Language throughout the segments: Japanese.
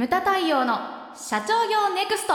ムタ太陽の社長業ネクスト。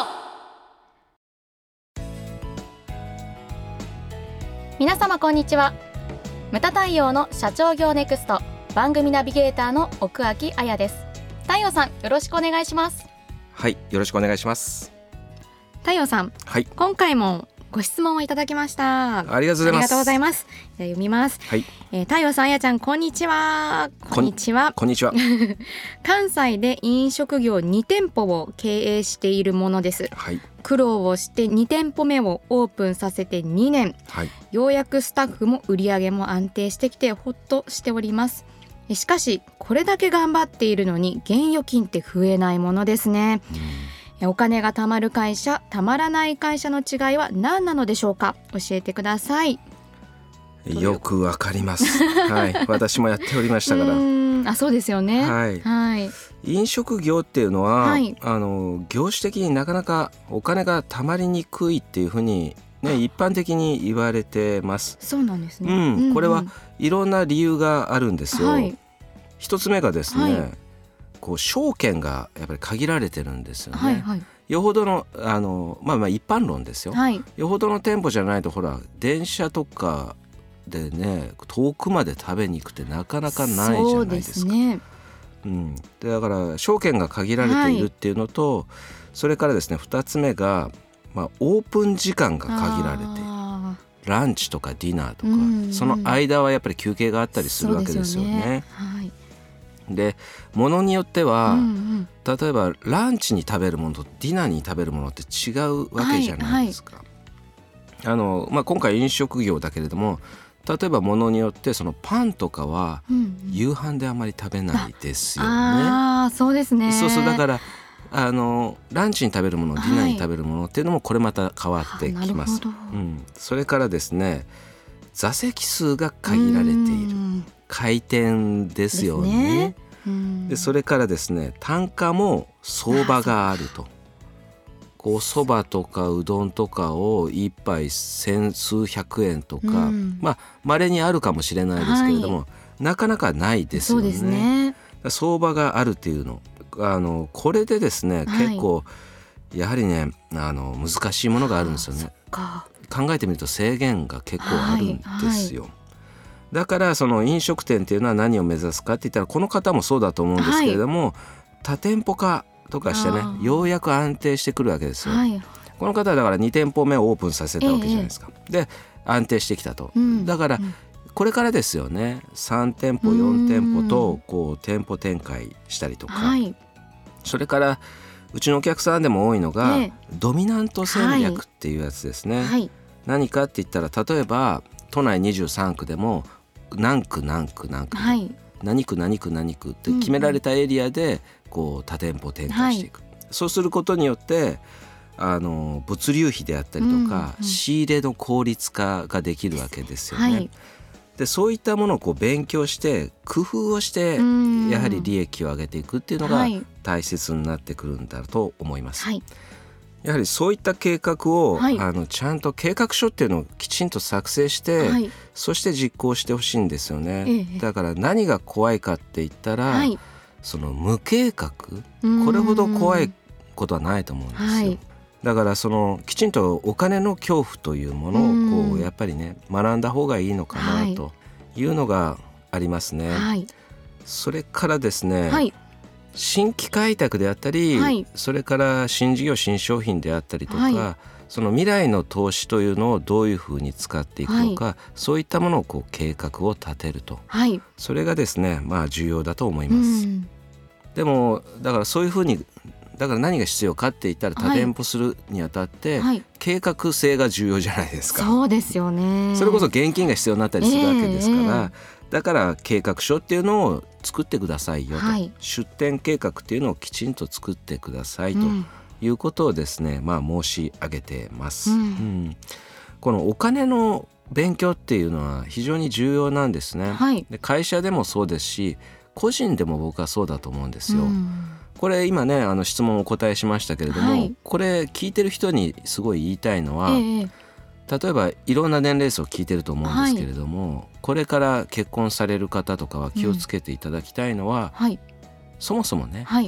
皆様こんにちは。ムタ太陽の社長業ネクスト番組ナビゲーターの奥脇彩です。太陽さん、よろしくお願いします。 はい、よろしくお願いします。 太陽さん、 はい、 今回もご質問をいただきました。 ありがとうございます。 じゃあ読みます。 はい、 太陽さん、あやちゃん、こんにちは。こんにちは。関西で飲食業2店舗を経営しているものです。 はい、 苦労をして2店舗目をオープンさせて2年、 はい、 ようやくスタッフも売り上げも安定してきてほっとしております。しかしこれだけ頑張っているのに現預金って増えないものですね。お金が貯まる会社、貯まらない会社の違いは何なのでしょうか。教えてください。 よくわかります、はい、私もやっておりましたからそうですよね、 はいはい、 飲食業っていうのは、 はい、 業種的になかなかお金が貯まりにくいっていうふうに、一般的に言われてます。 そうなんですね、 これはいろんな理由があるんですよ、はい、一つ目がですね、はい、こう証券がやっぱり限られてるんですよね、はいはい、よほどの一般論ですよ、はい、よほどの店舗じゃないとほら電車とかでね遠くまで食べに行くってなかなかないじゃないですか。そうですね、だから証券が限られているっていうのと、はい、それからですね2つ目が、オープン時間が限られている。ランチとかディナーとか、その間はやっぱり休憩があったりするわけですよね。で、ものによっては、例えばランチに食べるものとディナーに食べるものって違うわけじゃないですか、今回飲食業だけれども、例えばものによってそのパンとかは夕飯であまり食べないですよね、 そうですね。 そうだからランチに食べるもの、ディナーに食べるものっていうのもこれまた変わってきます、それからですね座席数が限られている、回転ですよね。でそれからですね単価も相場があると。お蕎麦とかうどんとかを一杯千数百円とか、稀にあるかもしれないですけれども、なかなかないですよね。そうですね。相場があるっていうのこれでですね、結構やはりね難しいものがあるんですよね。考えてみると制限が結構あるんですよ、だからその飲食店っていうのは何を目指すかって言ったら、この方もそうだと思うんですけれども、多店舗化とかしてね、ようやく安定してくるわけですよ、この方はだから2店舗目をオープンさせたわけじゃないですか、で安定してきたと、だからこれからですよね。3店舗4店舗とこう店舗展開したりとか、それからうちのお客さんでも多いのが、ドミナント戦略っていうやつですね、何かって言ったら、例えば都内23区でも何区何区何区、何区何区何区って決められたエリアでこう多店舗展開していく、そうすることによって物流費であったりとか、仕入れの効率化ができるわけですよね、でそういったものをこう勉強して工夫をして、やはり利益を上げていくっていうのが大切になってくるんだと思います、やはりそういった計画を、ちゃんと計画書っていうのをきちんと作成して、そして実行してほしいんですよね、だから何が怖いかって言ったら、その無計画、これほど怖いことはないと思うんですよ、だからそのきちんとお金の恐怖というものをこうやっぱりね学んだ方がいいのかなというのがありますね、それからですね、新規開拓であったり、それから新事業新商品であったりとか、その未来の投資というのをどういうふうに使っていくのか、そういったものをこう計画を立てると、それがですね重要だと思います、でもだからそういうふうにだから何が必要かって言ったら、多店舗するにあたって、計画性が重要じゃないですか。 そうですよね。 それこそ現金が必要になったりするわけですから、だから計画書っていうのを作ってくださいよと、出店計画っていうのをきちんと作ってくださいということをですね、申し上げてます、このお金の勉強っていうのは非常に重要なんですね、で会社でもそうですし、個人でも僕はそうだと思うんですよ、これ今ね質問をお答えしましたけれども、これ聞いてる人にすごい言いたいのは、例えばいろんな年齢層聞いてると思うんですけれども、これから結婚される方とかは気をつけていただきたいのは、そもそもね、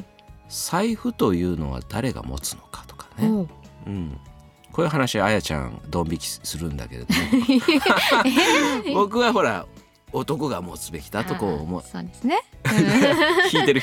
財布というのは誰が持つのかとかね、こういう話あやちゃんドン引きするんだけれども僕はほら男が持つべきだとこう思う。 そうですね。 引いてる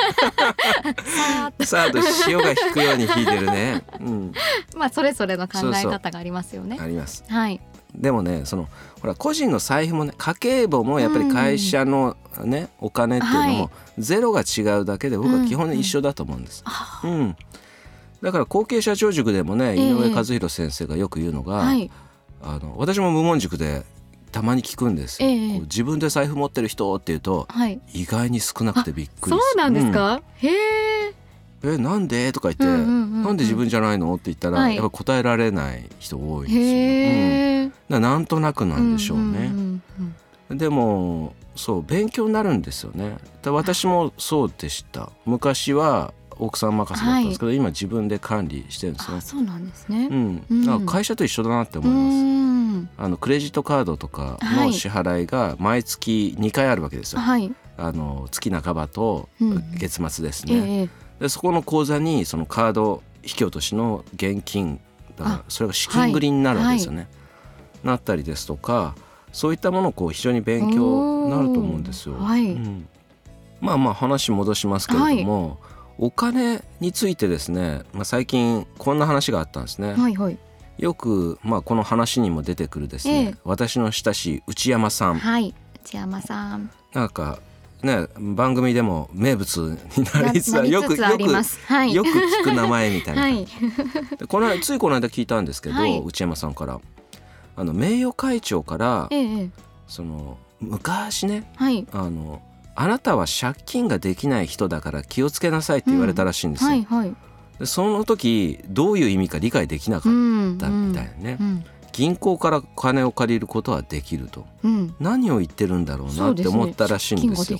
さあと潮が引くように引いてるね、 まあそれぞれの考え方がありますよね。 あります、 はい。 でもねほら個人の財布もね家計簿もやっぱり会社のね、お金っていうのもゼロが違うだけで僕は基本一緒だと思うんです、だから後継社長塾でもね井上和弘先生がよく言うのが、私も無門塾でたまに聞くんですよ、自分で財布持ってる人っていうと、意外に少なくてびっくりする。 そうなんですか、へえ。 なんでとか言って、なんで自分じゃないのって言ったら、やっぱ答えられない人多いんですよ、なんとなくなんでしょうね、でもそう勉強になるんですよね。私もそうでした。昔は奥さん任せだったんですけど、今自分で管理してるんですね。 そうなんですね、 だから会社と一緒だなって思います。クレジットカードとかの支払いが毎月2回あるわけですよ、月半ばと月末ですね、でそこの口座にそのカード引き落としの現金だからそれが資金繰りになるわけですよね、なったりですとか、そういったものをこう非常に勉強になると思うんですよ、まあ話戻しますけれども、お金についてですね、最近こんな話があったんですね、よく、この話にも出てくるですね、私の親しい内山さん、 内山さんなんかね番組でも名物になりつつあるよく聞く名前みたいな、ついこの間聞いたんですけど、内山さんから名誉会長から、その昔ね、あなたは借金ができない人だから気をつけなさいって言われたらしいんですよ、でその時どういう意味か理解できなかったみたいなね、銀行から金を借りることはできると、何を言ってるんだろうなって思ったらしいんですよ。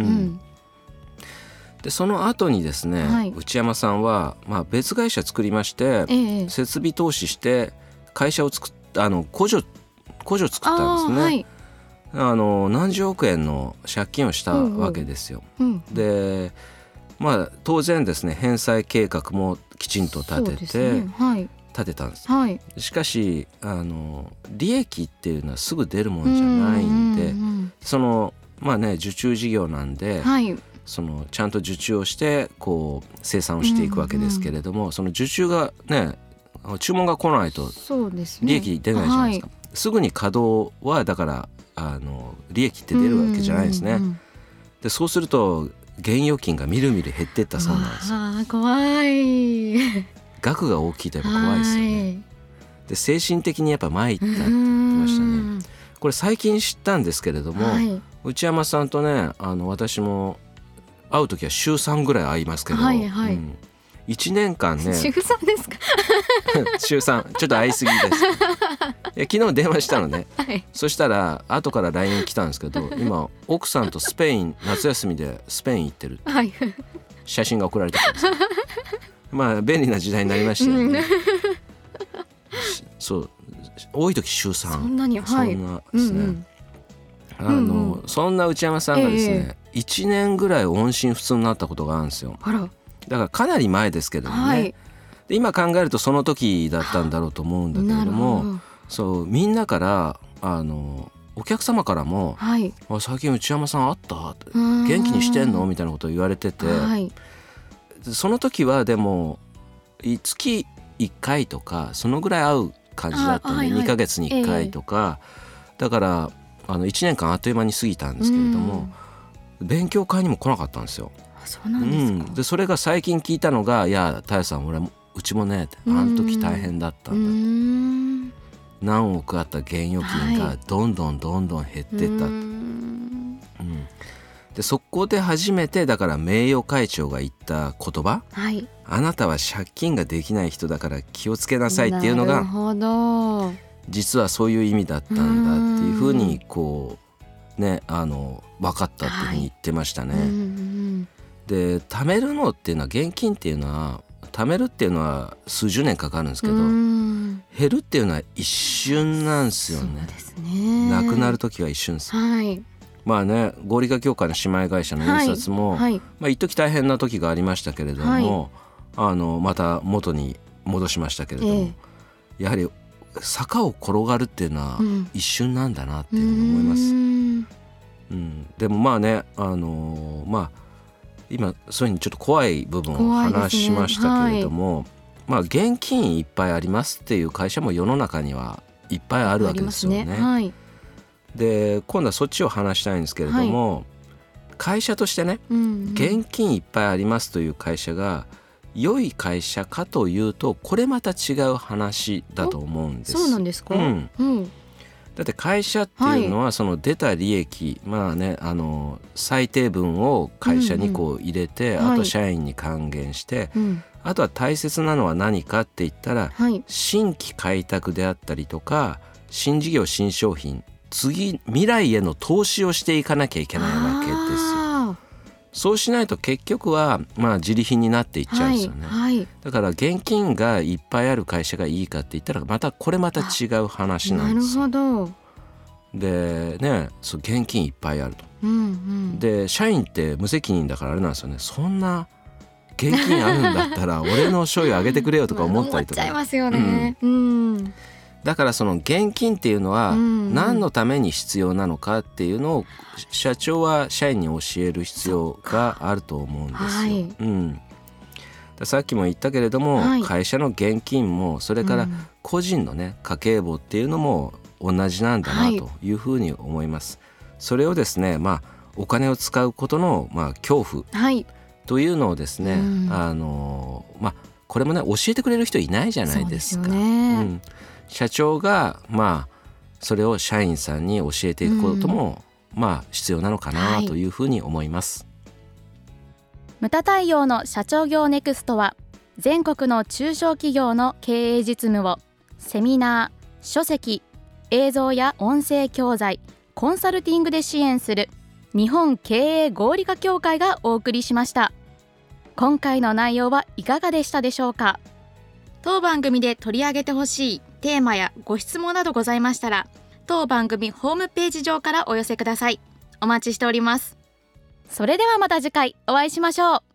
でその後にですね、内山さんは、別会社作りまして、設備投資して会社を作った工場作ったんですね、何十億円の借金をしたわけですよ、で当然ですね返済計画もきちんと立ててたんです、しかし利益っていうのはすぐ出るもんじゃないんで、その受注事業なんで、そのちゃんと受注をしてこう生産をしていくわけですけれども、その受注がね注文が来ないと利益出ないじゃないですか、すぐに稼働はだから利益って出るわけじゃないですね、でそうすると現預金がみるみる減っていったそうなんですよ。 怖い。 額が大きいとやっぱ怖いですよね。で精神的にやっぱ参ったって言ってましたね。これ最近知ったんですけれども、内山さんとね私も会う時は週3ぐらい会いますけど、1年間ね週3ですか週3ちょっと会いすぎです昨日電話したのね、そしたら後から LINE 来たんですけど、今奥さんとスペイン夏休みでスペイン行ってる、写真が送られてきたんです便利な時代になりましたよねそう多い時週3、そんなですね、そんな内山さんがですね、1年ぐらい音信不通になったことがあるんですよ。だからかなり前ですけどもね、で今考えるとその時だったんだろうと思うんだけれども、そうみんなからお客様からも、最近内山さん会った元気にしてんのみたいなことを言われてて、その時はでも月1回とかそのぐらい会う感じだったんで、2ヶ月に1回とか、だから1年間あっという間に過ぎたんですけれども、勉強会にも来なかったんですよ。 そうなんですか。 でそれが最近聞いたのが、いや太陽さんうちもねあの時大変だったんだ、何億あった現預金がどんどん減ってった、でそこで初めてだから名誉会長が言った言葉、あなたは借金ができない人だから気をつけなさいっていうのが実はそういう意味だったんだっていうふうにこうね分かったっていうふうに言ってましたね、で貯めるのっていうのは現金っていうのは貯めるっていうのは数十年かかるんですけど、減るっていうのは一瞬なんですよね。なくなる時は一瞬です、 まあね、合理化協会の姉妹会社の印刷も、一時大変な時がありましたけれども、また元に戻しましたけれども、やはり坂を転がるっていうのは一瞬なんだなっていうふうに思います。でもまあね、今そういうふうにちょっと怖い部分を話しましたけれども、現金いっぱいありますっていう会社も世の中にはいっぱいあるわけですよね。で今度はそっちを話したいんですけれども、会社としてね、現金いっぱいありますという会社が良い会社かというと、これまた違う話だと思うんです。 そうなんですか？ だって会社っていうのはその出た利益、最低分を会社にこう入れて、あと社員に還元して、あとは大切なのは何かって言ったら、新規開拓であったりとか、新事業新商品、未来への投資をしていかなきゃいけないわけですよ。そうしないと結局は自利品になっていっちゃうんですよね。だから現金がいっぱいある会社がいいかって言ったら、これまた違う話なんですよ。 なるほど。 でね、現金いっぱいあると、で社員って無責任だからあれなんですよね。そんな現金あるんだったら俺の賞与上げてくれよとか思ったりとか、 思っちゃいますよね。 だからその現金っていうのは何のために必要なのかっていうのを社長は社員に教える必要があると思うんですよ。さっきも言ったけれども、会社の現金もそれから個人のね、家計簿っていうのも同じなんだなというふうに思います。それをですね、お金を使うことの恐怖というのをですね、これもね、教えてくれる人いないじゃないですか。社長がそれを社員さんに教えていくことも必要なのかなというふうに思います。 ムタ太陽の社長業ネクストは、全国の中小企業の経営実務をセミナー、書籍、映像や音声教材、コンサルティングで支援する日本経営合理化協会がお送りしました。今回の内容はいかがでしたでしょうか？ 当番組で取り上げてほしいテーマやご質問などございましたら、当番組ホームページ上からお寄せください。お待ちしております。 それではまた次回お会いしましょう。